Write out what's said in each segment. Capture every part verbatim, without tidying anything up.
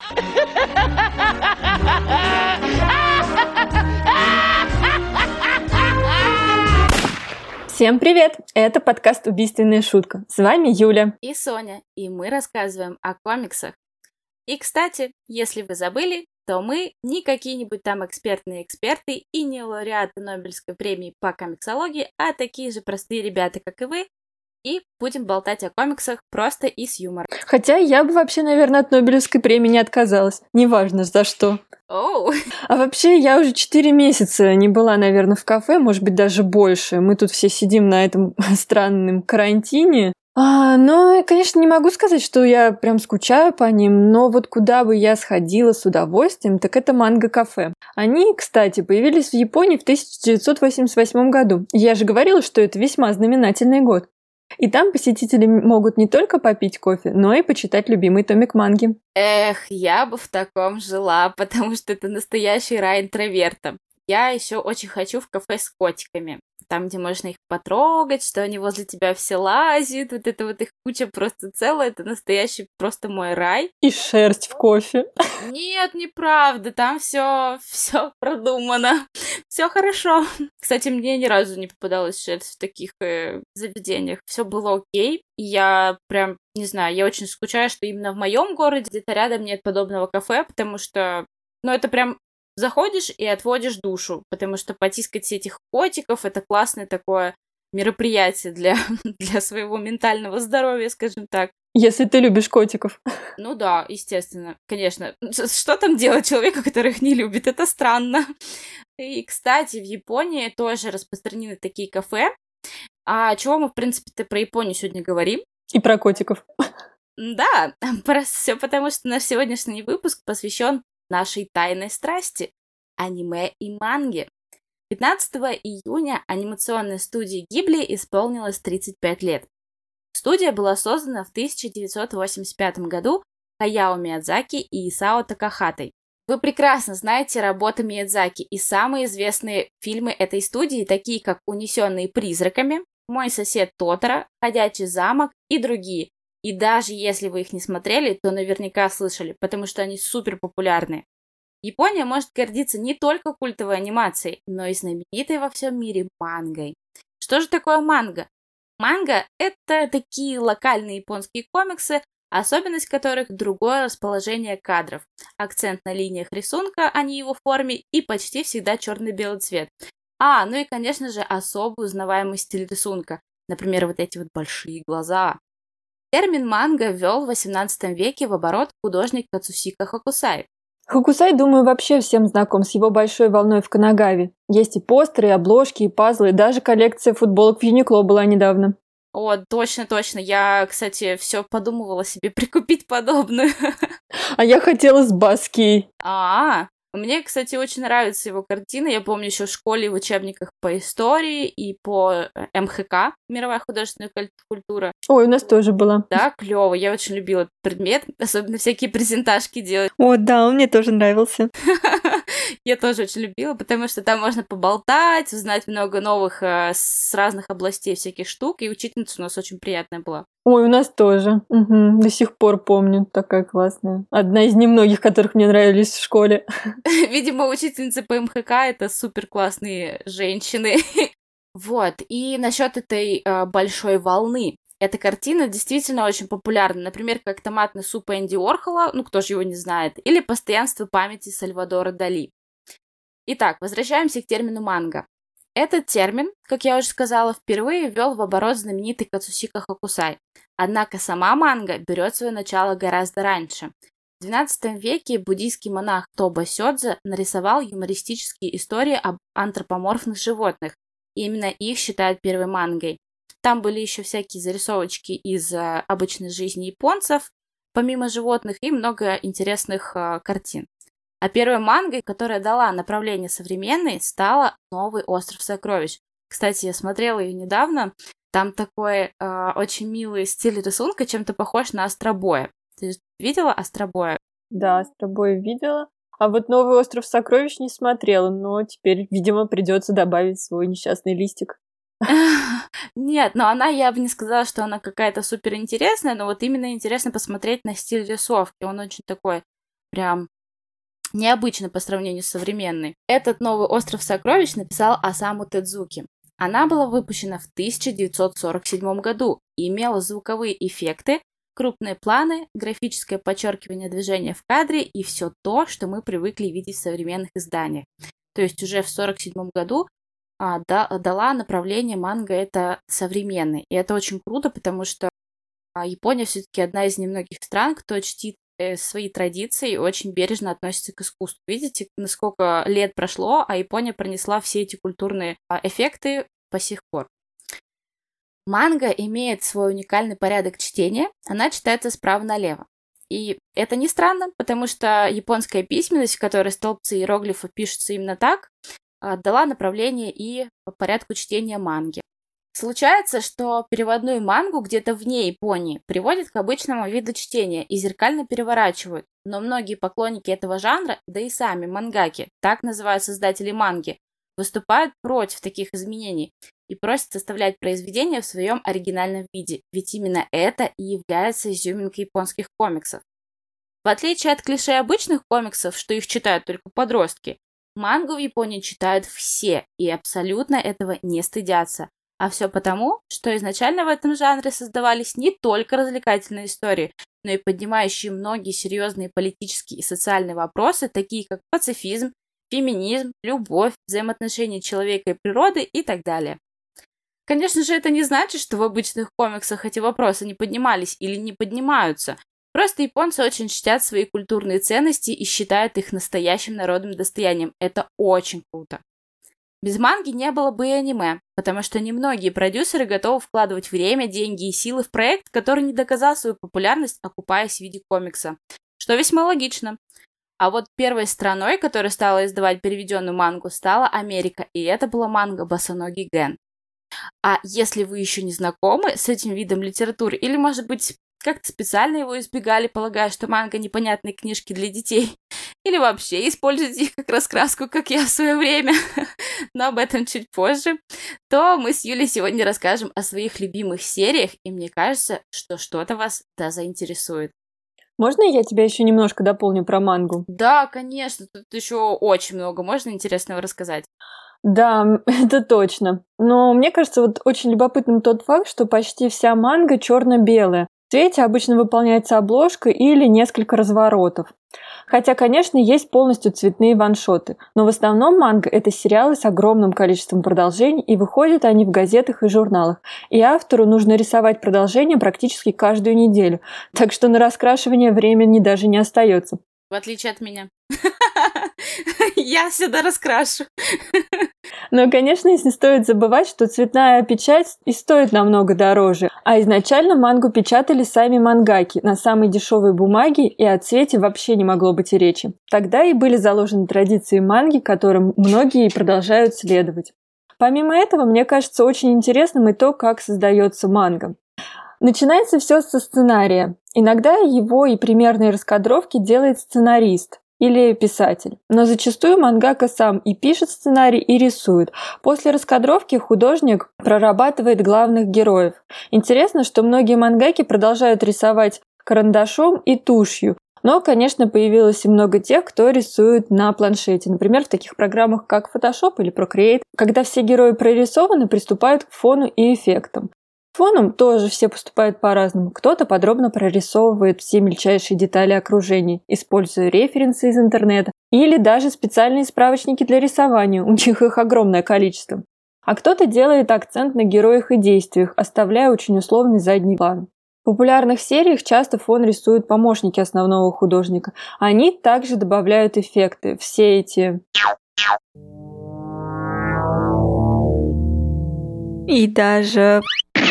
Всем привет! Это подкаст «Убийственная шутка». С вами Юля и Соня, и мы рассказываем о комиксах. И, кстати, если вы забыли, то мы не какие-нибудь там экспертные эксперты и не лауреаты Нобелевской премии по комиксологии, а такие же простые ребята, как и вы, и будем болтать о комиксах просто и с юмором. Хотя я бы вообще, наверное, от Нобелевской премии не отказалась. Неважно, за что. Оу! А вообще, я уже четыре месяца не была, наверное, в кафе, может быть, даже больше. Мы тут все сидим на этом странном карантине. А, но, конечно, не могу сказать, что я прям скучаю по ним, но вот куда бы я сходила с удовольствием, так это манго-кафе. Они, кстати, появились в Японии в тысяча девятьсот восемьдесят восьмом году. Я же говорила, что это весьма знаменательный год. И там посетители могут не только попить кофе, но и почитать любимый томик манги. Эх, я бы в таком жила, потому что это настоящий рай интроверта. Я еще очень хочу в кафе с котиками. Там, где можно их потрогать, что они возле тебя все лазят, вот это вот их куча просто целая, это настоящий просто мой рай. И шерсть в кофе. Нет, неправда, там все, все продумано, все хорошо. Кстати, мне ни разу не попадалась шерсть в таких э, заведениях, все было окей. И я прям, не знаю, я очень скучаю, что именно в моем городе где-то рядом нет подобного кафе, потому что, ну, это прям заходишь и отводишь душу, потому что потискать этих котиков — это классное такое мероприятие для, для своего ментального здоровья, скажем так. Если ты любишь котиков. Ну да, естественно, конечно. Что там делать человеку, который их не любит? Это странно. И, кстати, в Японии тоже распространены такие кафе. А чего мы, в принципе-то, про Японию сегодня говорим? И про котиков. Да, все потому, что наш сегодняшний выпуск посвящен нашей тайной страсти — аниме и манге. пятнадцатого июня анимационной студии Ghibli исполнилось тридцать пять лет. Студия была создана в тысяча девятьсот восемьдесят пятом году Хаяо Миядзаки и Исао Такахатой. Вы прекрасно знаете работы Миядзаки, и самые известные фильмы этой студии, такие как «Унесенные призраками», «Мой сосед Тоторо», «Ходячий замок» и другие. И даже если вы их не смотрели, то наверняка слышали, потому что они супер популярны. Япония может гордиться не только культовой анимацией, но и знаменитой во всем мире мангой. Что же такое манга? Манга — это такие локальные японские комиксы, особенность которых — другое расположение кадров, акцент на линиях рисунка, а не его форме, и почти всегда черно-белый цвет. А, ну и, конечно же, особый узнаваемый стиль рисунка, например, вот эти вот большие глаза. Термин манга ввел в восемнадцатом веке в оборот художник Кацусика Хокусай. Хокусай, думаю, вообще всем знаком с его большой волной в Канагаве. Есть и постеры, и обложки, и пазлы, и даже коллекция футболок в Юникло была недавно. О, точно, точно. Я, кстати, все подумывала себе прикупить подобную. А я хотела с Баскией. А, мне, кстати, очень нравятся его картины. Я помню еще в школе в учебниках по истории и по эм ха ка, мировая художественная культура. Ой, у нас тоже было. Да, клево. Я очень любила этот предмет, особенно всякие презентажки делать. О, да, он мне тоже нравился. Я тоже очень любила, потому что там можно поболтать, узнать много новых э, с разных областей всяких штук, и учительница у нас очень приятная была. Ой, у нас тоже. Угу, до сих пор помню. Такая классная. Одна из немногих, которых мне нравились в школе. Видимо, учительницы по эм ха ка — это супер классные женщины. Вот, и насчет этой э, большой волны. Эта картина действительно очень популярна. Например, как «Томатный суп» Энди Уорхола, ну кто же его не знает, или «Постоянство памяти» Сальвадора Дали. Итак, возвращаемся к термину манга. Этот термин, как я уже сказала, впервые ввел в оборот знаменитый Кацусика Хокусай. Однако сама манга берет свое начало гораздо раньше. В двенадцатом веке буддийский монах Тоба Сёдзе нарисовал юмористические истории об антропоморфных животных, и именно их считают первой мангой. Там были еще всякие зарисовочки из э, обычной жизни японцев, помимо животных, и много интересных э, картин. А первой мангой, которая дала направление современной, стала «Новый остров сокровищ». Кстати, я смотрела ее недавно. Там такой э, очень милый стиль рисунка, чем-то похож на Астробоя. Ты видела Астробоя? Да, Астробоя видела. А вот «Новый остров сокровищ» не смотрела, но теперь, видимо, придется добавить свой несчастный листик. Нет, но она, я бы не сказала, что она какая-то суперинтересная, но вот именно интересно посмотреть на стиль рисовки. Он очень такой прям необычно по сравнению с современной. Этот новый «Остров сокровищ» написал Осаму Тедзуки. Она была выпущена в тысяча девятьсот сорок седьмом году и имела звуковые эффекты, крупные планы, графическое подчеркивание движения в кадре и все то, что мы привыкли видеть в современных изданиях. То есть уже в сорок седьмом году а, да, дала направление манга это современный. И это очень круто, потому что а, Япония все-таки одна из немногих стран, кто чтит э, свои традиции и очень бережно относится к искусству. Видите, насколько лет прошло, а Япония пронесла все эти культурные а, эффекты по сих пор. Манга имеет свой уникальный порядок чтения, она читается справа налево. И это не странно, потому что японская письменность, в которой столбцы иероглифов пишутся именно так, дала направление и по порядку чтения манги. Случается, что переводную мангу где-то вне Японии приводят к обычному виду чтения и зеркально переворачивают, но многие поклонники этого жанра, да и сами мангаки, так называют создатели манги, выступают против таких изменений и просят составлять произведения в своем оригинальном виде, ведь именно это и является изюминкой японских комиксов. В отличие от клише обычных комиксов, что их читают только подростки, мангу в Японии читают все и абсолютно этого не стыдятся. А все потому, что изначально в этом жанре создавались не только развлекательные истории, но и поднимающие многие серьезные политические и социальные вопросы, такие как пацифизм, феминизм, любовь, взаимоотношения человека и природы и так далее. Конечно же, это не значит, что в обычных комиксах эти вопросы не поднимались или не поднимаются. Просто японцы очень чтят свои культурные ценности и считают их настоящим народным достоянием. Это очень круто. Без манги не было бы и аниме, потому что немногие продюсеры готовы вкладывать время, деньги и силы в проект, который не доказал свою популярность, окупаясь в виде комикса. Что весьма логично. А вот первой страной, которая стала издавать переведенную мангу, стала Америка, и это была манга «Босоногий Гэн». А если вы еще не знакомы с этим видом литературы, или, может быть, как-то специально его избегали, полагая, что манга непонятные книжки для детей, или вообще используете их как раскраску, как я в свое время, но об этом чуть позже, то мы с Юлей сегодня расскажем о своих любимых сериях, и мне кажется, что что-то вас да заинтересует. Можно я тебя еще немножко дополню про мангу? Да, конечно, тут еще очень много можно интересного рассказать. Да, это точно. Но мне кажется, вот очень любопытным тот факт, что почти вся манга черно-белая. В цвете обычно выполняется обложка или несколько разворотов. Хотя, конечно, есть полностью цветные ваншоты, но в основном манга – это сериалы с огромным количеством продолжений, и выходят они в газетах и журналах. И автору нужно рисовать продолжение практически каждую неделю, так что на раскрашивание времени даже не остается. В отличие от меня. Я всегда раскрашу. Но, конечно, не стоит забывать, что цветная печать и стоит намного дороже. А изначально мангу печатали сами мангаки на самой дешевой бумаге, и о цвете вообще не могло быть и речи. Тогда и были заложены традиции манги, которым многие и продолжают следовать. Помимо этого, мне кажется очень интересным и то, как создается манга. Начинается все со сценария. Иногда его и примерные раскадровки делает сценарист или писатель. Но зачастую мангака сам и пишет сценарий, и рисует. После раскадровки художник прорабатывает главных героев. Интересно, что многие мангаки продолжают рисовать карандашом и тушью. Но, конечно, появилось и много тех, кто рисует на планшете. Например, в таких программах, как Photoshop или Procreate. Когда все герои прорисованы, приступают к фону и эффектам. Фоном тоже все поступают по-разному. Кто-то подробно прорисовывает все мельчайшие детали окружения, используя референсы из интернета или даже специальные справочники для рисования, у них их огромное количество. А кто-то делает акцент на героях и действиях, оставляя очень условный задний план. В популярных сериях часто фон рисуют помощники основного художника. Они также добавляют эффекты, все эти... И даже...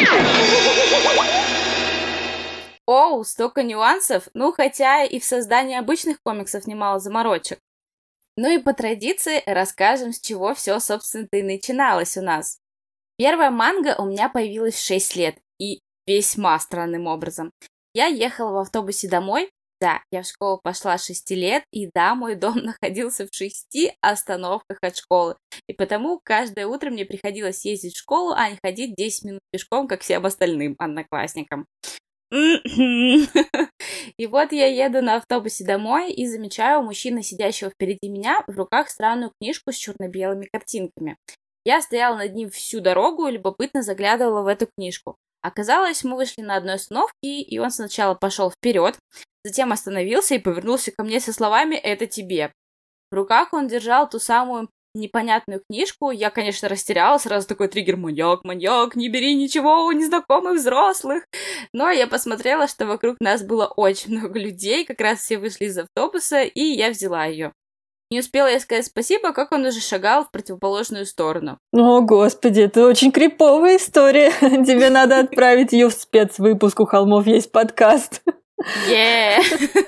Оу, столько нюансов, ну хотя и в создании обычных комиксов немало заморочек. Ну и по традиции расскажем, с чего все, собственно-то, и начиналось у нас. Первая манга у меня появилась в шесть лет, и весьма странным образом. Я ехала в автобусе домой, да, я в школу пошла с шести лет, и да, мой дом находился в шести остановках от школы, и потому каждое утро мне приходилось ездить в школу, а не ходить десять минут пешком, как всем остальным одноклассникам. И вот я еду на автобусе домой и замечаю у мужчины, сидящего впереди меня, в руках странную книжку с черно-белыми картинками. Я стояла над ним всю дорогу и любопытно заглядывала в эту книжку. Оказалось, мы вышли на одной остановке, и он сначала пошел вперед, затем остановился и повернулся ко мне со словами «Это тебе». В руках он держал ту самую непонятную книжку. Я, конечно, растерялась, сразу такой триггер «Маньяк, маньяк, не бери ничего у незнакомых взрослых». Но я посмотрела, что вокруг нас было очень много людей, как раз все вышли из автобуса, и я взяла ее. Не успела я сказать спасибо, как он уже шагал в противоположную сторону. О, господи, это очень криповая история. Тебе надо отправить ее в спецвыпуск «У холмов есть подкаст». Yeah.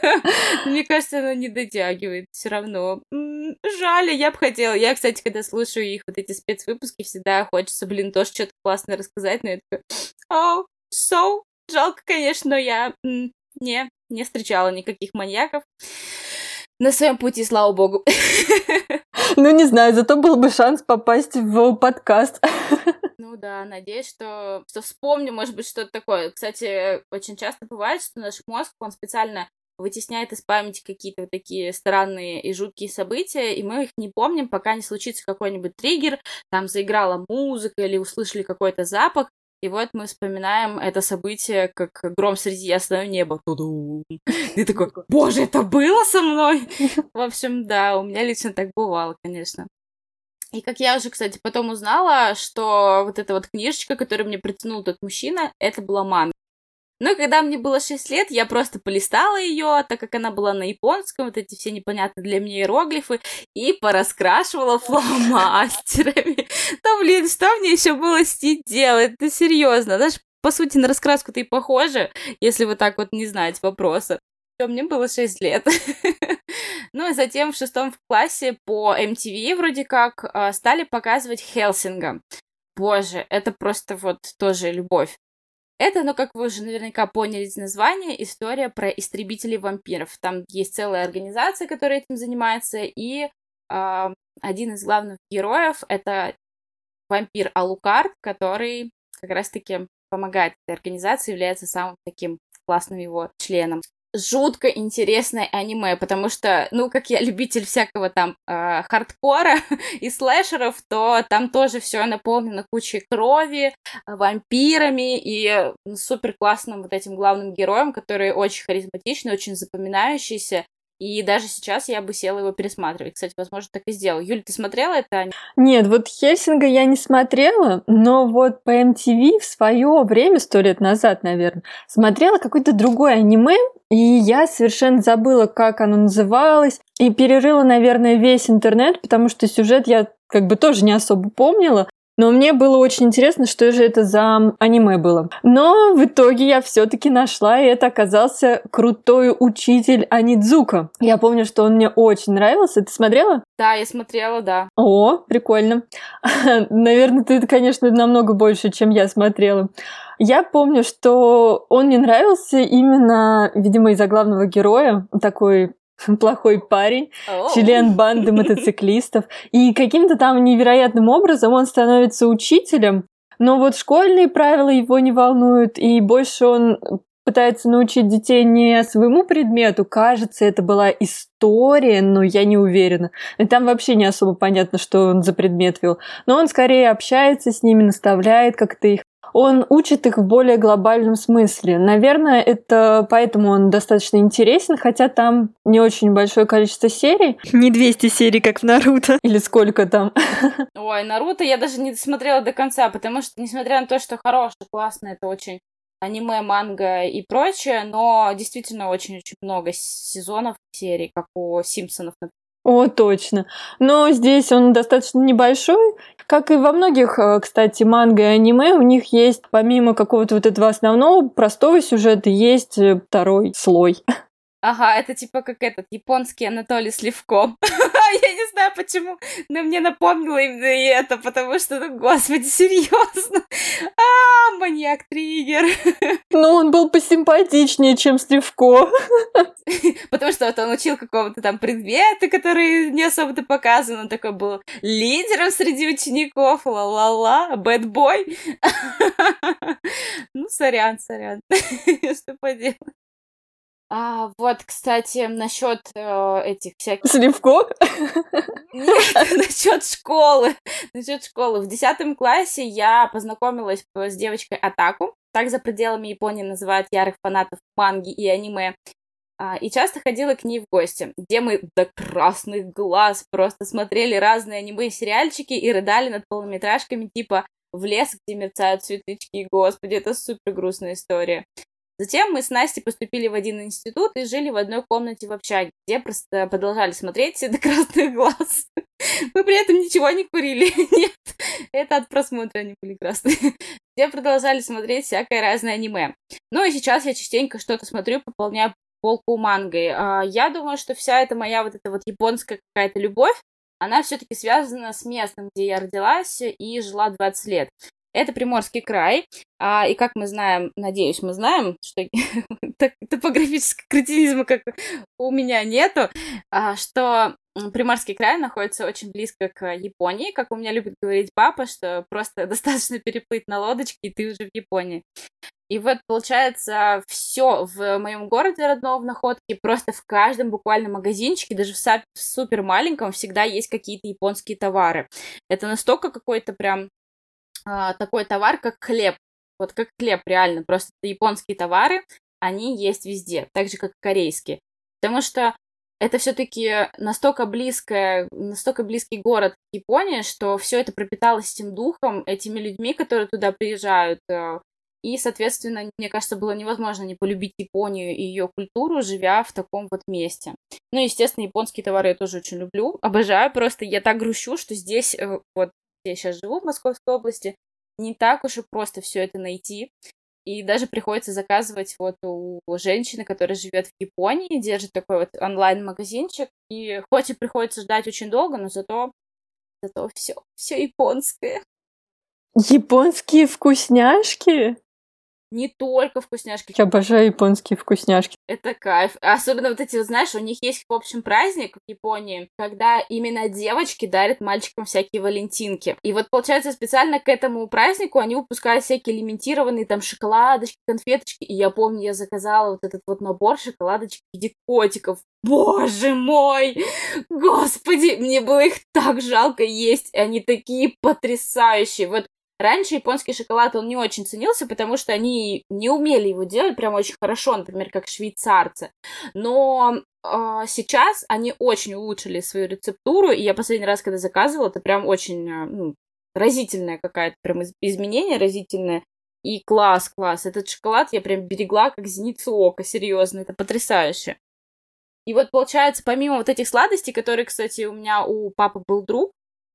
Мне кажется, она не дотягивает все равно. Жаль, я бы хотела. Я, кстати, когда слушаю их вот эти спецвыпуски, всегда хочется, блин, тоже что-то классное рассказать, но я такая, oh, so, жалко, конечно, но я не, не встречала никаких маньяков на своем пути, слава богу. Ну, не знаю, зато был бы шанс попасть в подкаст. Ну да, надеюсь, что, что вспомню, может быть, что-то такое. Кстати, очень часто бывает, что наш мозг, он специально вытесняет из памяти какие-то вот такие странные и жуткие события, и мы их не помним, пока не случится какой-нибудь триггер, там заиграла музыка или услышали какой-то запах, и вот мы вспоминаем это событие, как гром среди ясного неба. Ту-ду. Ты такой, боже, это было со мной? В общем, да, у меня лично так бывало, конечно. И как я уже, кстати, потом узнала, что вот эта вот книжечка, которую мне протянул тот мужчина, это была манга. Но когда мне было шесть лет, я просто полистала ее, так как она была на японском, вот эти все непонятные для меня иероглифы, и пораскрашивала фломастерами. Да, блин, что мне еще было с ней делать? Это серьезно. Даже, по сути, на раскраску-то и похоже, если вы так вот не знаете вопроса. Мне было шесть лет. Ну и затем в шестом классе по эм ти ви вроде как стали показывать Хелсинга. Боже, это просто вот тоже любовь. Это, ну, как вы уже наверняка поняли из названия, история про истребителей вампиров. Там есть целая организация, которая этим занимается, и э, один из главных героев — это вампир Алукард, который как раз-таки помогает этой организации, является самым таким классным его членом. Жутко интересное аниме, потому что, ну, как я любитель всякого там э, хардкора и слэшеров, то там тоже все наполнено кучей крови, вампирами и супер классным вот этим главным героем, который очень харизматичный, очень запоминающийся. И даже сейчас я бы села его пересматривать. Кстати, возможно, так и сделаю. Юль, ты смотрела это? Нет, вот Хельсинга я не смотрела, но вот по эм ти ви в свое время, сто лет назад, наверное, смотрела какое-то другое аниме, и я совершенно забыла, как оно называлось, и перерыла, наверное, весь интернет, потому что сюжет я как бы тоже не особо помнила. Но мне было очень интересно, что же это за аниме было. Но в итоге я все-таки нашла, и это оказался крутой учитель Онидзука. Я помню, что он мне очень нравился. Ты смотрела? Да, я смотрела, да. О, прикольно. Наверное, ты, конечно, намного больше, чем я смотрела. Я помню, что он мне нравился именно, видимо, из-за главного героя. Такой плохой парень, oh. член банды мотоциклистов. И каким-то там невероятным образом он становится учителем, но вот школьные правила его не волнуют, и больше он пытается научить детей не своему предмету. Кажется, это была история, но я не уверена. И там вообще не особо понятно, что он за предмет вел. Но он скорее общается с ними, наставляет как-то их. Он учит их в более глобальном смысле. Наверное, это поэтому он достаточно интересен, хотя там не очень большое количество серий. Не двести серий, как в Наруто. Или сколько там. Ой, Наруто я даже не досмотрела до конца, потому что, несмотря на то, что хорошее, классное, это очень аниме, манга и прочее, но действительно очень-очень много сезонов, серий, как у Симпсонов, например. О, точно. Но здесь он достаточно небольшой. Как и во многих, кстати, манго и аниме, у них есть, помимо какого-то вот этого основного простого сюжета, есть второй слой. Ага, это типа как этот японский Анатолий Сливко. Я не знаю почему, но мне напомнило именно и это, потому что, ну, господи, серьезно. А, маньяк-триггер. Ну, он был посимпатичнее, чем Сливко. Потому что вот он учил какого-то там предмета, который не особо-то показан. Он такой был лидером среди учеников. Ла-ла-ла, бэдбой. Ну, сорян, сорян. Что поделать. А, вот, кстати, насчет э, этих всяких... Сливко? Нет, насчет школы. Насчет школы. В десятом классе я познакомилась с девочкой Атаку. Так за пределами Японии называют ярых фанатов манги и аниме. А, и часто ходила к ней в гости, где мы до красных глаз просто смотрели разные аниме и сериальчики и рыдали над полнометражками типа «В лес, где мерцают цветочки». Господи, это супер грустная история. Затем мы с Настей поступили в один институт и жили в одной комнате в общаге, где просто продолжали смотреть до красных глаз. Мы при этом ничего не курили. Нет, это от просмотра они были красные. Где продолжали смотреть всякое разное аниме. Ну и сейчас я частенько что-то смотрю, пополняю полку мангой. Я думаю, что вся эта моя вот эта вот японская какая-то любовь, она все-таки связана с местом, где я родилась и жила двадцать лет. Это Приморский край, а, и как мы знаем, надеюсь, мы знаем, что топографического кретинизма, как у меня нету, а, что Приморский край находится очень близко к Японии, как у меня любит говорить папа, что просто достаточно переплыть на лодочке, и ты уже в Японии. И вот, получается, все в моем городе родном в Находке, просто в каждом буквально магазинчике, даже в, са- в супер маленьком, всегда есть какие-то японские товары. Это настолько какой-то прям а, такой товар, как хлеб. Вот как хлеб, реально. Просто японские товары, они есть везде, так же, как и корейские. Потому что это все-таки настолько близкое, настолько близкий город к Японии, что все это пропиталось этим духом, этими людьми, которые туда приезжают. И, соответственно, мне кажется, было невозможно не полюбить Японию и ее культуру, живя в таком вот месте. Ну, естественно, японские товары я тоже очень люблю, обожаю. Просто я так грущу, что здесь, вот я сейчас живу в Московской области, не так уж и просто все это найти. И даже приходится заказывать вот у женщины, которая живет в Японии, держит такой вот онлайн-магазинчик. И хоть и приходится ждать очень долго, но зато, зато все, все японское. Японские вкусняшки? Не только вкусняшки. Я обожаю японские вкусняшки. Это кайф. Особенно вот эти, вот, знаешь, у них есть, в общем, праздник в Японии, когда именно девочки дарят мальчикам всякие валентинки. И вот, получается, специально к этому празднику они выпускают всякие лимитированные там шоколадочки, конфеточки. И я помню, я заказала вот этот вот набор шоколадочек в виде котиков. Боже мой! Господи! Мне было их так жалко есть. И они такие потрясающие. Вот раньше японский шоколад, он не очень ценился, потому что они не умели его делать прям очень хорошо, например, как швейцарцы. Но э, сейчас они очень улучшили свою рецептуру, и я последний раз, когда заказывала, это прям очень э, ну, разительное какое-то прям изменение, разительное. И класс, класс. Этот шоколад я прям берегла как зеницу ока, серьезно, это потрясающе. И вот, получается, помимо вот этих сладостей, которые, кстати, у меня у папы был друг,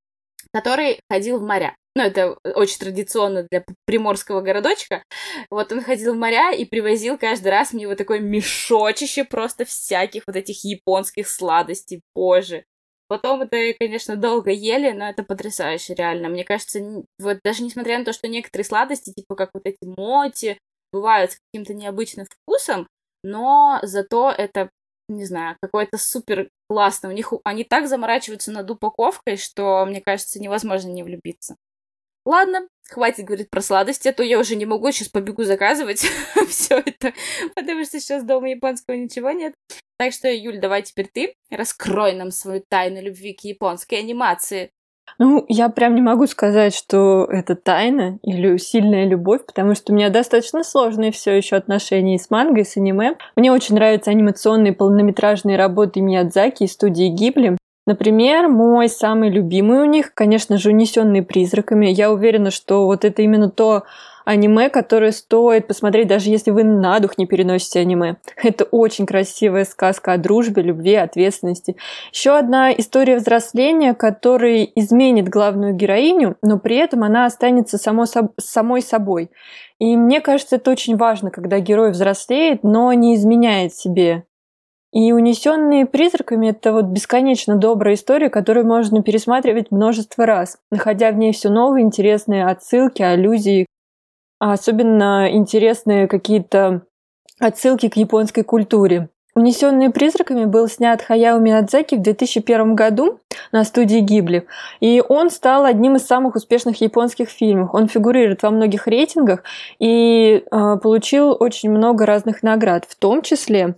который ходил в моря. Ну, это очень традиционно для приморского городочка. Вот он ходил в моря и привозил каждый раз мне вот такое мешочище просто всяких вот этих японских сладостей. Боже. Потом это, конечно, долго ели, но это потрясающе, реально. Мне кажется, вот даже несмотря на то, что некоторые сладости, типа как вот эти моти, бывают с каким-то необычным вкусом, но зато это, не знаю, какое-то супер классно. У них они так заморачиваются над упаковкой, что, мне кажется, невозможно не влюбиться. Ладно, хватит говорить про сладости, а то я уже не могу, сейчас побегу заказывать все это, потому что сейчас дома японского ничего нет. Так что, Юль, давай теперь ты раскрой нам свою тайну любви к японской анимации. Ну, я прям не могу сказать, что это тайна или сильная любовь, потому что у меня достаточно сложные все еще отношения с мангой, с аниме. Мне очень нравятся анимационные полнометражные работы Миядзаки и студии Гибли. Например, мой самый любимый у них, конечно же, «Унесенные призраками». Я уверена, что вот это именно то аниме, которое стоит посмотреть, даже если вы на дух не переносите аниме. Это очень красивая сказка о дружбе, любви, ответственности. Еще одна история взросления, которая изменит главную героиню, но при этом она останется само соб- самой собой. И мне кажется, это очень важно, когда герой взрослеет, но не изменяет себе. И «Унесенные призраками» — это вот бесконечно добрая история, которую можно пересматривать множество раз, находя в ней все новые интересные отсылки, аллюзии, а особенно интересные какие-то отсылки к японской культуре. «Унесенные призраками» был снят Хаяо Миядзаки в две тысячи первом году на студии Гибли, и он стал одним из самых успешных японских фильмов. Он фигурирует во многих рейтингах и э, получил очень много разных наград, в том числе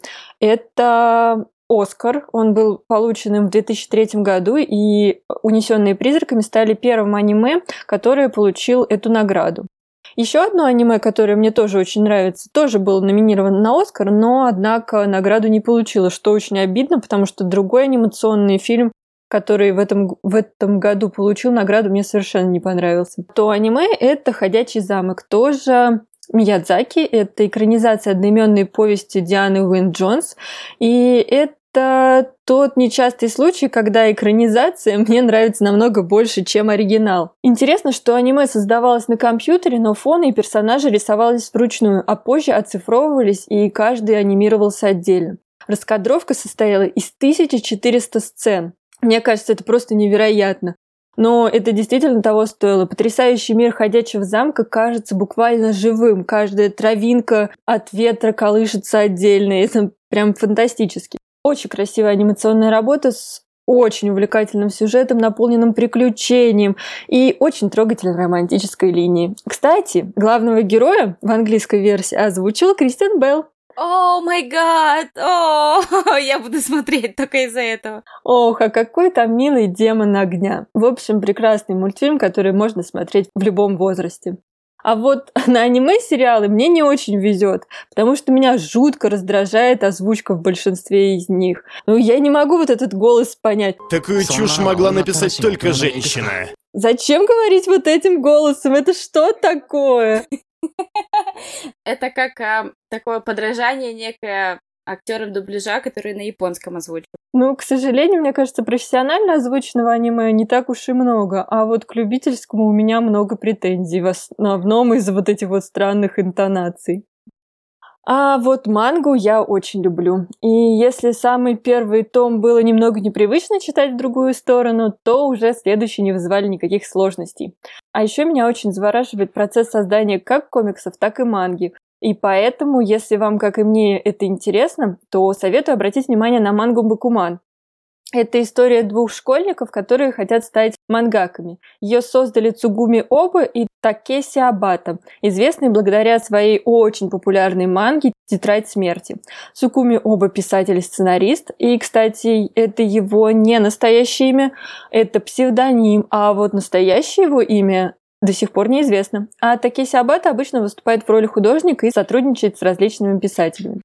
это Оскар. Он был получен им в две тысячи третьем году, и «Унесенные призраками» стали первым аниме, которое получил эту награду. Еще одно аниме, которое мне тоже очень нравится, тоже было номинировано на Оскар, но, однако, награду не получило, что очень обидно, потому что другой анимационный фильм, который в этом, в этом году получил награду, мне совершенно не понравился. То аниме — это «Ходячий замок», тоже Миядзаки, это экранизация одноименной повести Дианы Уин-Джонс, и это Это тот нечастый случай, когда экранизация мне нравится намного больше, чем оригинал. Интересно, что аниме создавалось на компьютере, но фоны и персонажи рисовались вручную, а позже оцифровывались, и каждый анимировался отдельно. Раскадровка состояла из тысячи четырёхсот сцен. Мне кажется, это просто невероятно. Но это действительно того стоило. Потрясающий мир ходячего замка кажется буквально живым. Каждая травинка от ветра колышется отдельно. Это прям фантастически. Очень красивая анимационная работа с очень увлекательным сюжетом, наполненным приключением и очень трогательной романтической линией. Кстати, главного героя в английской версии озвучила Кристиан Белл. О май гад! О, я буду смотреть только из-за этого. Ох, а какой там милый демон огня. В общем, прекрасный мультфильм, который можно смотреть в любом возрасте. А вот на аниме-сериалы мне не очень везет, потому что меня жутко раздражает озвучка в большинстве из них. Ну, я не могу вот этот голос понять. Такую чушь могла написать только женщина. Зачем говорить вот этим голосом? Это что такое? Это как а, такое подражание некое актерам дубляжа, которые на японском озвучивают. Ну, к сожалению, мне кажется, профессионально озвученного аниме не так уж и много, а вот к любительскому у меня много претензий, в основном из-за вот этих вот странных интонаций. А вот мангу я очень люблю. И если самый первый том было немного непривычно читать в другую сторону, то уже следующие не вызывали никаких сложностей. А еще меня очень завораживает процесс создания как комиксов, так и манги. И поэтому, если вам, как и мне, это интересно, то советую обратить внимание на мангу «Бакуман». Это история двух школьников, которые хотят стать мангаками. Ее создали Цугуми Оба и Такеси Абата, известные благодаря своей очень популярной манге «Тетрадь смерти». Цугуми Оба писатель и сценарист, и, кстати, это его не настоящее имя, это псевдоним, а вот настоящее его имя до сих пор неизвестно. А Такеси Абата обычно выступает в роли художника и сотрудничает с различными писателями.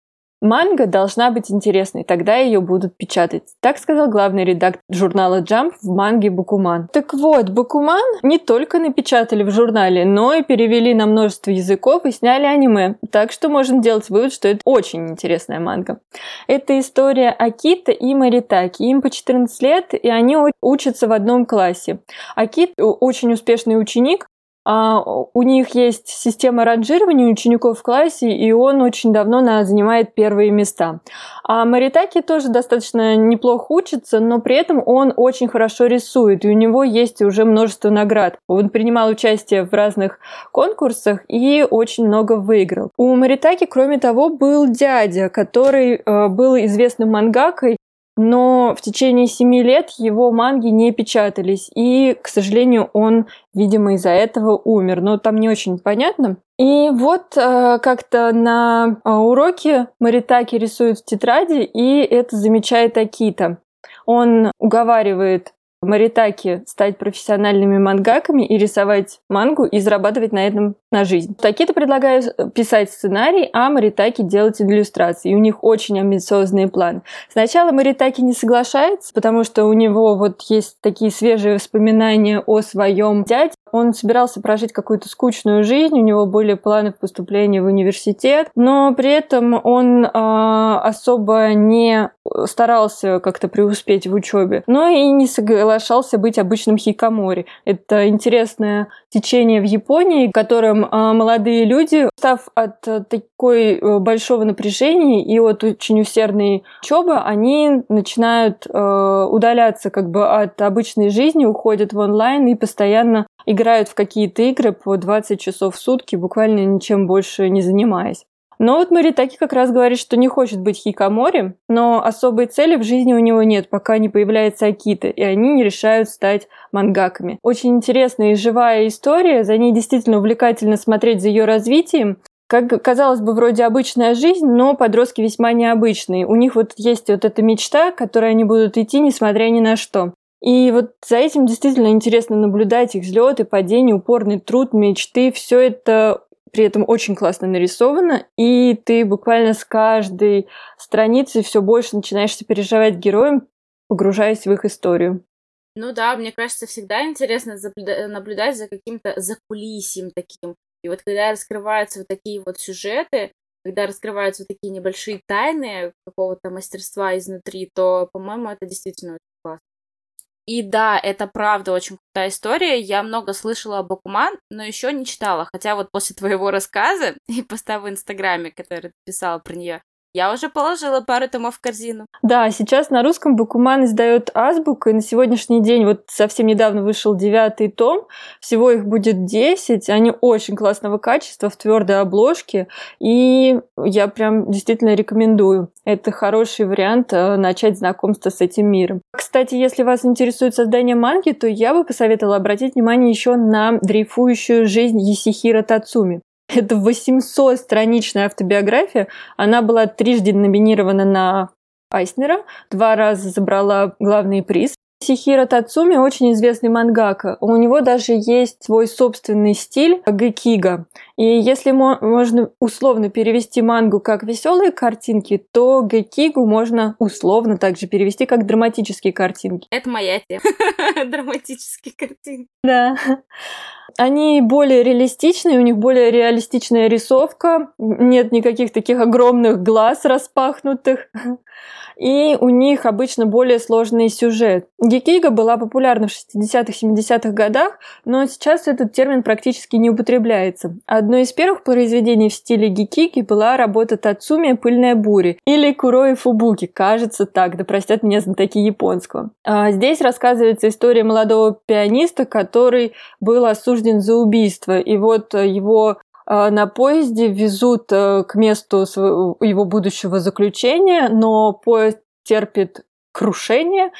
Манга должна быть интересной, тогда ее будут печатать. Так сказал главный редактор журнала Jump в манге «Бакуман». Так вот, «Бакуман» не только напечатали в журнале, но и перевели на множество языков и сняли аниме. Так что можно делать вывод, что это очень интересная манга. Это история Акита и Маритаки. Им по четырнадцать лет, и они учатся в одном классе. Акит очень успешный ученик. А у них есть система ранжирования учеников в классе, и он очень давно занимает первые места. А Маритаки тоже достаточно неплохо учится, но при этом он очень хорошо рисует, и у него есть уже множество наград. Он принимал участие в разных конкурсах и очень много выиграл. У Маритаки, кроме того, был дядя, который э, был известным мангакой, но в течение семи лет его манги не печатались, и, к сожалению, он, видимо, из-за этого умер. Но там не очень понятно. И вот э, как-то на э, уроке Маритаки рисует в тетради, и это замечает Акита. Он уговаривает Маритаки стать профессиональными мангаками и рисовать мангу и зарабатывать на этом на жизнь. Акита предлагает писать сценарий, а Маритаки делать иллюстрации. И у них очень амбициозные планы. Сначала Маритаки не соглашается, потому что у него вот есть такие свежие воспоминания о своем дяде. Он собирался прожить какую-то скучную жизнь, у него были планы поступления в университет, но при этом он э, особо не старался как-то преуспеть в учебе, но и не соглашался быть обычным хикомори. Это интересное течение в Японии, в котором молодые люди, устав от такой большого напряжения и от очень усердной учебы, они начинают удаляться как бы от обычной жизни, уходят в онлайн и постоянно играют в какие-то игры по двадцать часов в сутки, буквально ничем больше не занимаясь. Но вот Моритаки как раз говорит, что не хочет быть хикомори, но особой цели в жизни у него нет, пока не появляется Акита, и они не решают стать мангаками. Очень интересная и живая история, за ней действительно увлекательно смотреть за ее развитием. Как казалось бы, вроде обычная жизнь, но подростки весьма необычные. У них вот есть вот эта мечта, к которой они будут идти, несмотря ни на что. И вот за этим действительно интересно наблюдать их взлеты, падения, упорный труд, мечты. Все это при этом очень классно нарисовано, и ты буквально с каждой страницей все больше начинаешь сопереживать героям, погружаясь в их историю. Ну да, мне кажется, всегда интересно наблюдать за каким-то закулисьем таким. И вот когда раскрываются вот такие вот сюжеты, когда раскрываются вот такие небольшие тайны какого-то мастерства изнутри, то, по-моему, это действительно очень классно. И да, это правда очень крутая история. Я много слышала о Бакуман, но еще не читала. Хотя вот после твоего рассказа и поста в Инстаграме, который ты писала про нее, я уже положила пару томов в корзину. Да, сейчас на русском Бакуман издает Азбука, и на сегодняшний день, вот совсем недавно вышел девятый том, всего их будет десять, они очень классного качества, в твердой обложке, и я прям действительно рекомендую. Это хороший вариант начать знакомство с этим миром. Кстати, если вас интересует создание манги, то я бы посоветовала обратить внимание еще на дрейфующую жизнь Есихиро Тацуми. Это восьмисотстраничная автобиография. Она была трижды номинирована на Айснера, два раза забрала главный приз. Есихиро Тацуми очень известный мангака. У него даже есть свой собственный стиль гэкига. И если мо- можно условно перевести мангу как веселые картинки, то гэкигу можно условно также перевести как драматические картинки. Это моя тема. Драматические картинки. Да. Они более реалистичные, у них более реалистичная рисовка, нет никаких таких огромных глаз распахнутых, и у них обычно более сложный сюжет. Гекига была популярна в шестидесятых-семидесятых годах, но сейчас этот термин практически не употребляется. Одно из первых произведений в стиле гекиги была работа Тацуми «Пыльная буря» или Курои Фубуки, кажется так, да простят меня знатоки японского. А здесь рассказывается история молодого пианиста, который был осужден за убийство, и вот его на поезде везут к месту его будущего заключения, но поезд терпит крушение,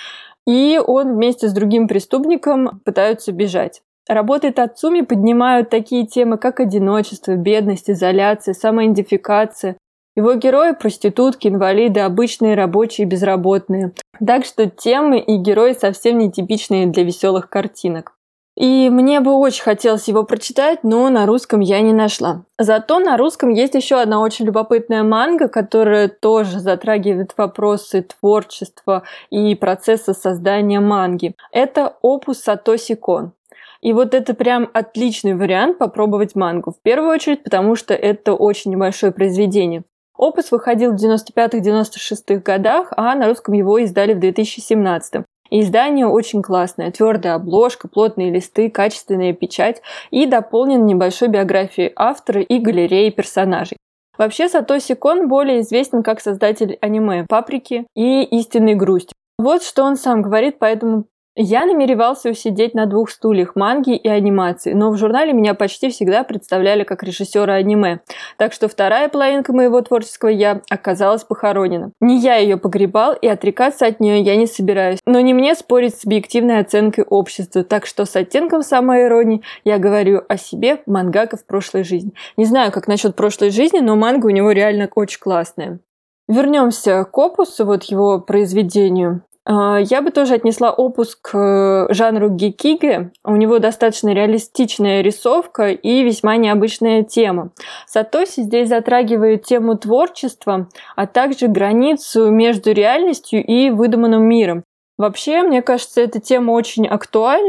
и он вместе с другим преступником пытаются бежать. Работы Тацуми поднимают такие темы, как одиночество, бедность, изоляция, самоидентификация. Его герои – проститутки, инвалиды, обычные рабочие, безработные. Так что темы и герои совсем нетипичные для веселых картинок. И мне бы очень хотелось его прочитать, но на русском я не нашла. Зато на русском есть еще одна очень любопытная манга, которая тоже затрагивает вопросы творчества и процесса создания манги. Это опус Сатоси Кон. И вот это прям отличный вариант попробовать мангу. В первую очередь, потому что это очень небольшое произведение. Опус выходил в девяносто пятых - девяносто шестых годах, а на русском его издали в две тысячи семнадцатом. И издание очень классное. Твердая обложка, плотные листы, качественная печать и дополнен небольшой биографией автора и галереей персонажей. Вообще Сатоси Кон более известен как создатель аниме «Паприки» и «Истинной грусти». Вот что он сам говорит по этому. Я намеревался усидеть на двух стульях манги и анимации, но в журнале меня почти всегда представляли как режиссера аниме. Так что вторая половинка моего творческого «я» оказалась похоронена. Не я ее погребал, и отрекаться от нее я не собираюсь. Но не мне спорить с объективной оценкой общества, так что с оттенком самоиронии я говорю о себе, мангака в прошлой жизни. Не знаю, как насчет прошлой жизни, но манга у него реально очень классная. Вернемся к опусу, вот его произведению. Я бы тоже отнесла опус к жанру гекиге. У него достаточно реалистичная рисовка и весьма необычная тема. Сатоси здесь затрагивает тему творчества, а также границу между реальностью и выдуманным миром. Вообще, мне кажется, эта тема очень актуальна.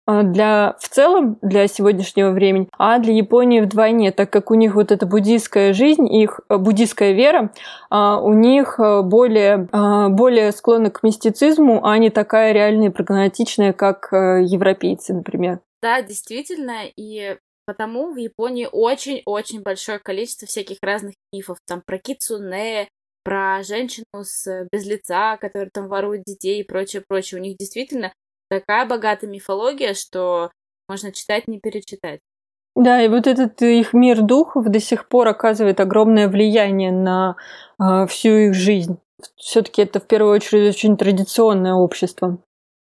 для, в целом для сегодняшнего времени, а для Японии вдвойне, так как у них вот эта буддийская жизнь, их буддийская вера, у них более, более склонна к мистицизму, а не такая реальная и прагматичная, как европейцы, например. Да, действительно, и потому в Японии очень-очень большое количество всяких разных мифов, там про кицунэ, про женщину с без лица, которая там ворует детей и прочее, прочее. У них действительно такая богатая мифология, что можно читать, не перечитать. Да, и вот этот их мир духов до сих пор оказывает огромное влияние на э, всю их жизнь. Все-таки это в первую очередь очень традиционное общество.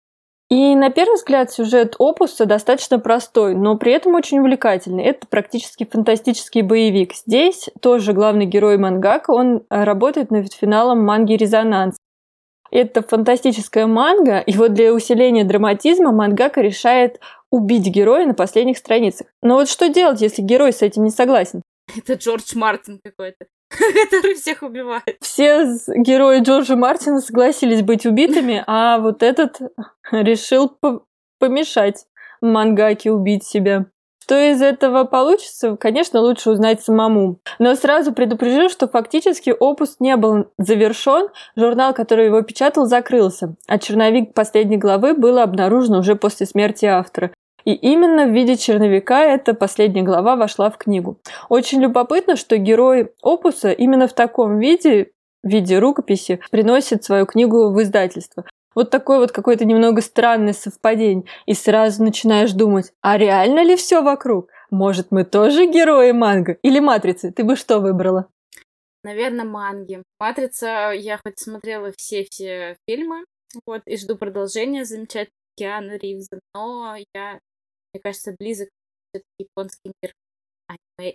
И на первый взгляд сюжет опуса достаточно простой, но при этом очень увлекательный. Это практически фантастический боевик. Здесь тоже главный герой мангака, он работает над финалом манги «Резонанс». Это фантастическая манга, и вот для усиления драматизма мангака решает убить героя на последних страницах. Но вот что делать, если герой с этим не согласен? Это Джордж Мартин какой-то, который всех убивает. Все герои Джорджа Мартина согласились быть убитыми, а вот этот решил помешать мангаке убить себя. Что из этого получится, конечно, лучше узнать самому. Но сразу предупрежу, что фактически опус не был завершен, журнал, который его печатал, закрылся, а черновик последней главы был обнаружен уже после смерти автора. И именно в виде черновика эта последняя глава вошла в книгу. Очень любопытно, что герой опуса именно в таком виде, в виде рукописи, приносит свою книгу в издательство. Вот такое вот какое-то немного странное совпадение. И сразу начинаешь думать, а реально ли все вокруг? Может, мы тоже герои манго? Или матрицы? Ты бы что выбрала? Наверное, манги. Матрица, я хоть смотрела все-все фильмы, вот, и жду продолжения замечательного Киану Ривза, но я, мне кажется, близок все-таки японский мир аниме.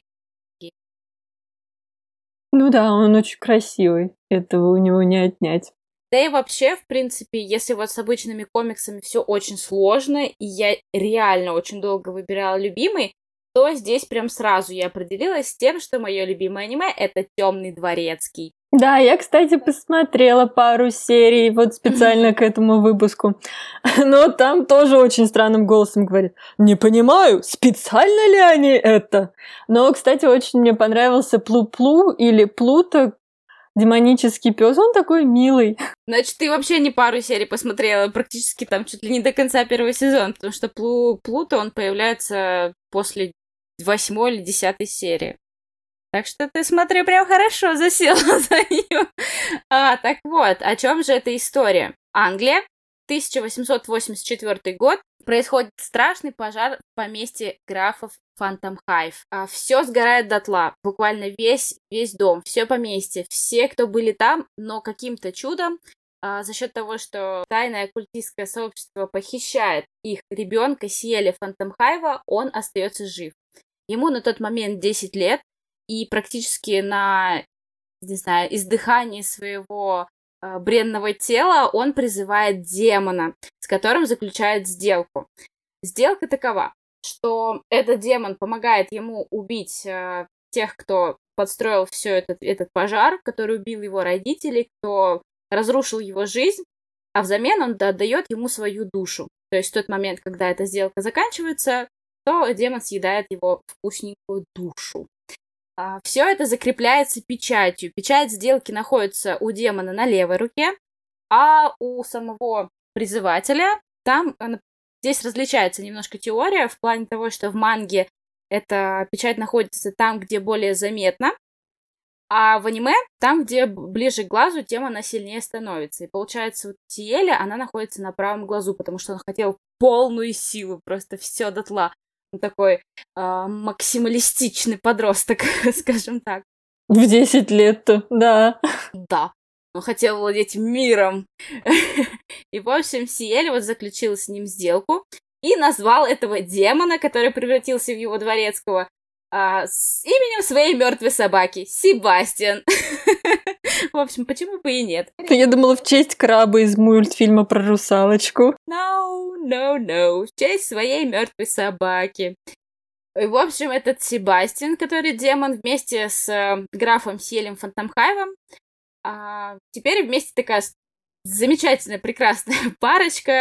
Ну да, он очень красивый. Этого у него не отнять. Да и вообще, в принципе, если вот с обычными комиксами все очень сложно, и я реально очень долго выбирала любимый, то здесь прям сразу я определилась с тем, что мое любимое аниме — это «Темный дворецкий». Да, я, кстати, посмотрела пару серий вот специально к этому выпуску. Но там тоже очень странным голосом говорят: «Не понимаю, специально ли они это?» Но, кстати, очень мне понравился Плу-Плу или Плуто, демонический пес, он такой милый. Значит, ты вообще не пару серий посмотрела, практически там чуть ли не до конца первого сезона, потому что Плу Плуто, он появляется после восьмой или десятой серии. Так что ты, смотри, прям хорошо засела за нее. А, так вот, о чем же эта история? Англия, тысяча восемьсот восемьдесят четвёртый год, происходит страшный пожар в поместье графов Фантомхайв. А, все сгорает дотла, буквально весь, весь дом, все поместье, все, кто были там, но каким-то чудом, а, за счет того, что тайное оккультистское сообщество похищает их ребенка Сиэля Фантомхайва, он остается жив. Ему на тот момент десять лет, и практически на, не знаю, издыхании своего э, бренного тела он призывает демона, с которым заключает сделку. Сделка такова, что этот демон помогает ему убить э, тех, кто подстроил все этот, этот пожар, который убил его родителей, кто разрушил его жизнь, а взамен он отдает ему свою душу. То есть в тот момент, когда эта сделка заканчивается, то демон съедает его вкусненькую душу. Все это закрепляется печатью. Печать сделки находится у демона на левой руке, а у самого призывателя там, здесь различается немножко теория в плане того, что в манге эта печать находится там, где более заметно, а в аниме там, где ближе к глазу, тем она сильнее становится. И получается, у Сиэля она находится на правом глазу, потому что он хотел полную силу, просто все дотла. Такой э, максималистичный подросток, скажем так. В десять лет-то, да. Да. Он хотел владеть миром. И, в общем, Сиэль вот заключил с ним сделку и назвал этого демона, который превратился в его дворецкого, э, с именем своей мертвой собаки — Себастьян. В общем, почему бы и нет? Я думала, в честь краба из мультфильма про русалочку. No, no, no. В честь своей мертвой собаки. И, в общем, этот Себастьян, который демон, вместе с э, графом Сиэлем Фантомхайвом, а, теперь вместе такая замечательная, прекрасная парочка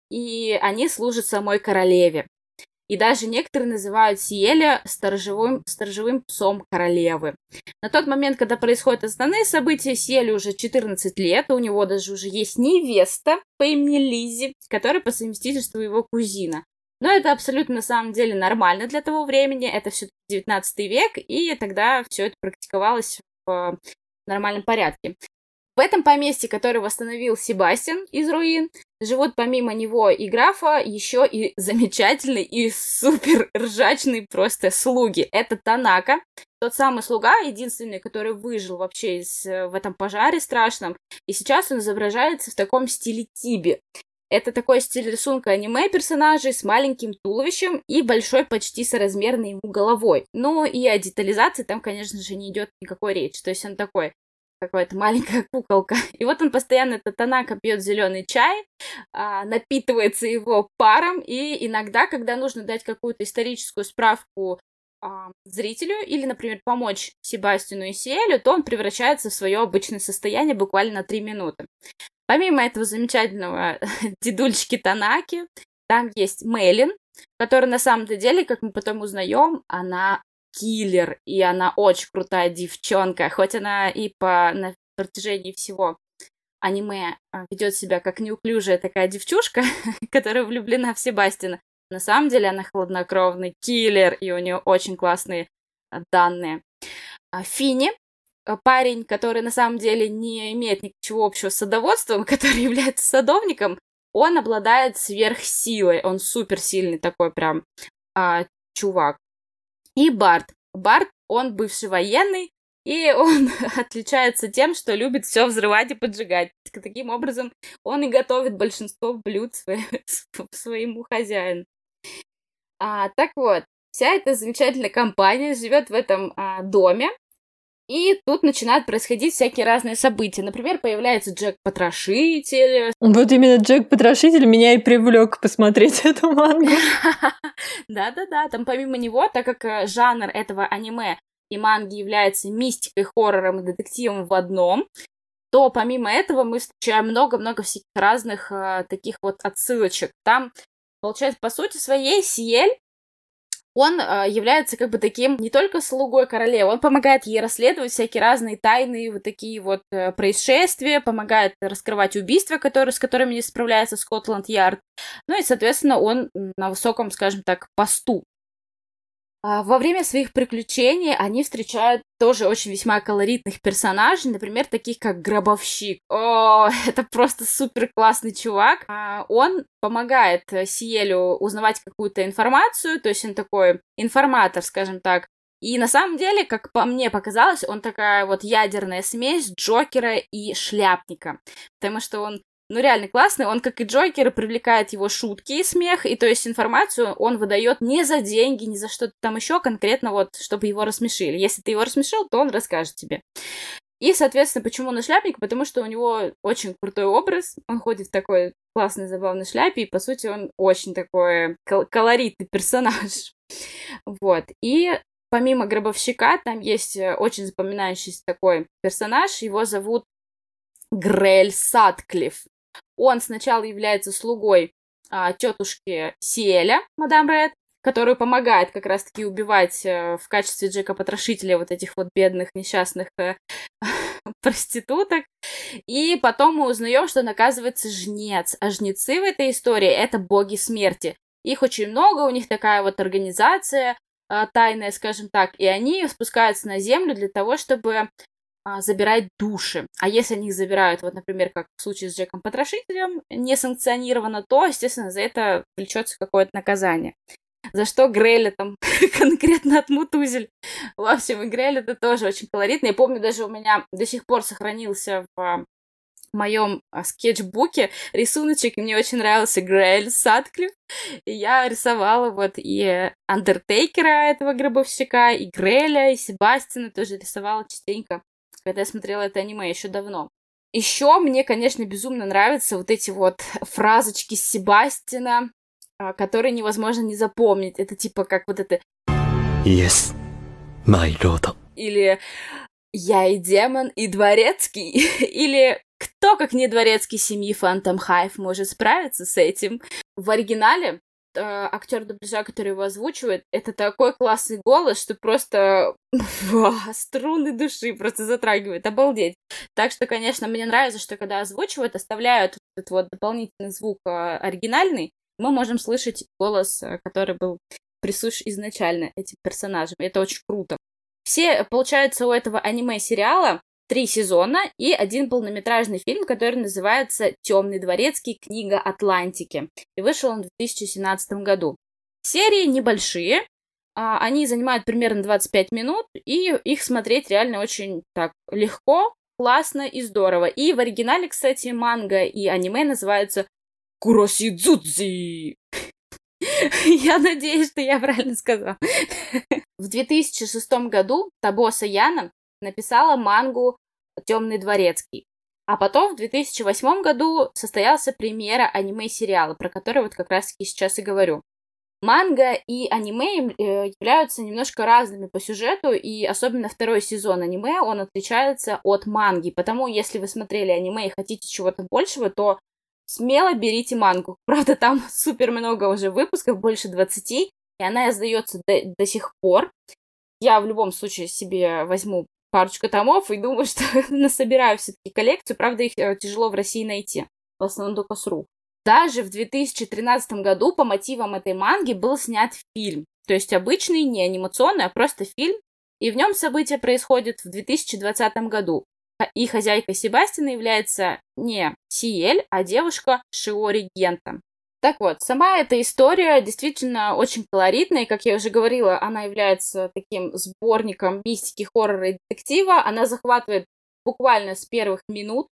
и они служат самой королеве. И даже некоторые называют Сиэля сторожевым, сторожевым псом королевы. На тот момент, когда происходят основные события, Сиэлю уже четырнадцать лет, у него даже уже есть невеста по имени Лиззи, которая по совместительству его кузина. Но это абсолютно на самом деле нормально для того времени, это все-таки девятнадцатый век, и тогда все это практиковалось в нормальном порядке. В этом поместье, которое восстановил Себастьян из руин, живут помимо него и графа еще и замечательные и супер ржачные просто слуги. Это Танака, тот самый слуга, единственный, который выжил вообще из, в этом пожаре страшном. И сейчас он изображается в таком стиле тиби. Это такой стиль рисунка аниме персонажей с маленьким туловищем и большой почти соразмерной ему головой. Ну и о детализации там, конечно же, не идет никакой речи. То есть он такой... какая-то маленькая куколка. И вот он постоянно, этот Танака, пьет зеленый чай, а, напитывается его паром, и иногда, когда нужно дать какую-то историческую справку а, зрителю или, например, помочь Себастьяну и Сиэлю, то он превращается в свое обычное состояние буквально на три минуты. Помимо этого замечательного дедульчики Танаки, там есть Мэлин, которая на самом-то деле, как мы потом узнаем, она киллер, и она очень крутая девчонка, хоть она и по на протяжении всего аниме ведет себя как неуклюжая такая девчушка, которая влюблена в Себастьяна. На самом деле она хладнокровный киллер, и у нее очень классные данные. Финни, парень, который на самом деле не имеет ничего общего с садоводством, который является садовником, он обладает сверхсилой, он суперсильный такой прям а, чувак. И Барт. Барт, он бывший военный, и он отличается тем, что любит все взрывать и поджигать. Таким образом, он и готовит большинство блюд своему хозяину. А, так вот, вся эта замечательная компания живет в этом а, доме, и тут начинают происходить всякие разные события. Например, появляется Джек-потрошитель. Вот именно Джек-потрошитель меня и привлек посмотреть эту мангу. Да-да-да, там помимо него, так как жанр этого аниме и манги является мистикой, хоррором и детективом в одном, то помимо этого мы встречаем много-много всяких разных э, таких вот отсылочек. Там, получается, по сути своей, Сиэль, он э, является как бы таким не только слугой королевы, он помогает ей расследовать всякие разные тайные вот такие вот э, происшествия, помогает раскрывать убийства, которые, с которыми не справляется Скотланд-Ярд. Ну и, соответственно, он на высоком, скажем так, посту. А во время своих приключений они встречают тоже очень весьма колоритных персонажей, например, таких как Гробовщик. О, это просто супер классный чувак. А он помогает Сиэлю узнавать какую-то информацию, то есть он такой информатор, скажем так. И на самом деле, как по мне показалось, он такая вот ядерная смесь Джокера и Шляпника, потому что он ну, реально классный, он, как и Джокер, привлекает его шутки и смех, и то есть информацию он выдает не за деньги, не за что-то там еще, конкретно вот, чтобы его рассмешили. Если ты его рассмешил, то он расскажет тебе. И, соответственно, почему он шляпник? Потому что у него очень крутой образ, он ходит в такой классной, забавной шляпе, и, по сути, он очень такой кол- колоритный персонаж. Вот, и помимо Гробовщика, там есть очень запоминающийся такой персонаж, его зовут Грэль Сатклифф. Он сначала является слугой а, тетушки Сиэля, мадам Ред, которую помогает как раз-таки убивать а, в качестве Джека-потрошителя вот этих вот бедных, несчастных а, проституток. И потом мы узнаем, что он, оказывается, жнец. А жнецы в этой истории — это боги смерти. Их очень много, у них такая вот организация а, тайная, скажем так, и они спускаются на землю для того, чтобы забирать души. А если они их забирают, вот, например, как в случае с Джеком-потрошителем, несанкционированно, то, естественно, за это влечется какое-то наказание. За что Грэль там конкретно отмутузили. В общем, и Грэль это тоже очень колоритно. Я помню, даже у меня до сих пор сохранился в моем скетчбуке рисуночек, и мне очень нравился Грэль Сатклифф. И я рисовала вот и Андертейкера, этого гробовщика, и Грэля, и Себастьяна тоже рисовала частенько, когда я смотрела это аниме еще давно. Еще мне, конечно, безумно нравятся вот эти вот фразочки Себастьяна, которые невозможно не запомнить. Это типа как вот это Yes, my lord. Или «Я и демон, и дворецкий», или Кто, как не дворецкий семьи Phantom Hive, может справиться с этим? В оригинале э, актер дубляжа, который его озвучивает, это такой классный голос, что просто ва, струны души просто затрагивает. Обалдеть. Так что, конечно, мне нравится, что когда озвучивают, оставляют этот вот дополнительный звук э, оригинальный, мы можем слышать голос, э, который был присущ изначально этим персонажам. Это очень круто. Все, получается, у этого аниме-сериала три сезона и один полнометражный фильм, который называется «Темный дворецкий. Книга Атлантики». И вышел он в две тысячи семнадцатом году. Серии небольшие, они занимают примерно двадцать пять минут, и их смотреть реально очень так легко, классно и здорово. И в оригинале, кстати, манга и аниме называются «Куросидзудзи». Я надеюсь, что я правильно сказала. В две тысячи шестом году Табоса Яна написала мангу «Темный дворецкий». А потом в две тысячи восьмом году состоялась премьера аниме-сериала, про который вот как раз-таки сейчас и говорю. Манга и аниме являются немножко разными по сюжету, и особенно второй сезон аниме, он отличается от манги. Потому если вы смотрели аниме и хотите чего-то большего, то смело берите мангу. Правда, там супер много уже выпусков, больше двадцати, и она издается до, до сих пор. Я в любом случае себе возьму парочку томов и думаю, что насобираю все-таки коллекцию. Правда, их тяжело в России найти. В основном только с рук. Даже в две тысячи тринадцатом году по мотивам этой манги был снят фильм. То есть обычный, не анимационный, а просто фильм. И в нем события происходят в две тысячи двадцатом году. И хозяйкой Себастьяна является не Сиэль, а девушка Шиори Гента. Так вот, сама эта история действительно очень колоритная, и, как я уже говорила, она является таким сборником мистики, хоррора и детектива. Она захватывает буквально с первых минут.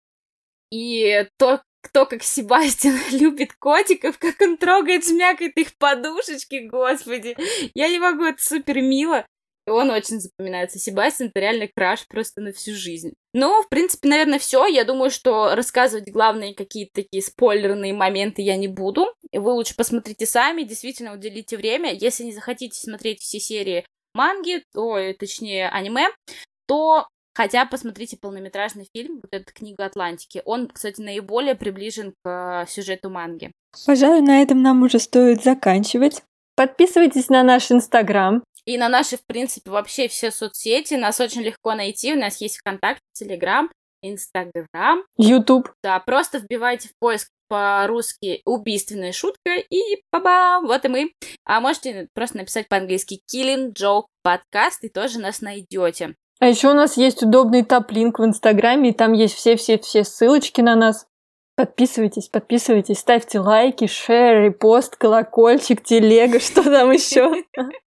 И то, кто как Себастьян любит котиков, как он трогает, жмякает их подушечки, господи. Я не могу, это супер мило. И он очень запоминается. Себастьян — это реально краш просто на всю жизнь. Ну, в принципе, наверное, все. Я думаю, что рассказывать главные какие-то такие спойлерные моменты я не буду. Вы лучше посмотрите сами, действительно уделите время. Если не захотите смотреть все серии манги, ой, точнее, аниме, то хотя бы посмотрите полнометражный фильм, вот эта «Книга Атлантики». Он, кстати, наиболее приближен к сюжету манги. Пожалуй, на этом нам уже стоит заканчивать. Подписывайтесь на наш Инстаграм. И на наши, в принципе, вообще все соцсети. Нас очень легко найти. У нас есть ВКонтакте, Телеграм, Инстаграм. Ютуб. Да, просто вбивайте в поиск по-русски «Убийственная шутка» и ба-бам, вот и мы. А можете просто написать по-английски «Killing Joke Podcast» и тоже нас найдете. А еще у нас есть удобный топ-линк в Инстаграме, и там есть все-все-все ссылочки на нас. Подписывайтесь, подписывайтесь, ставьте лайки, шер, репост, колокольчик, телега, что там еще.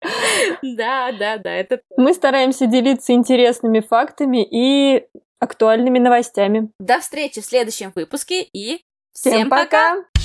Да, да, да, это... Мы стараемся делиться интересными фактами и актуальными новостями. До встречи в следующем выпуске и всем пока!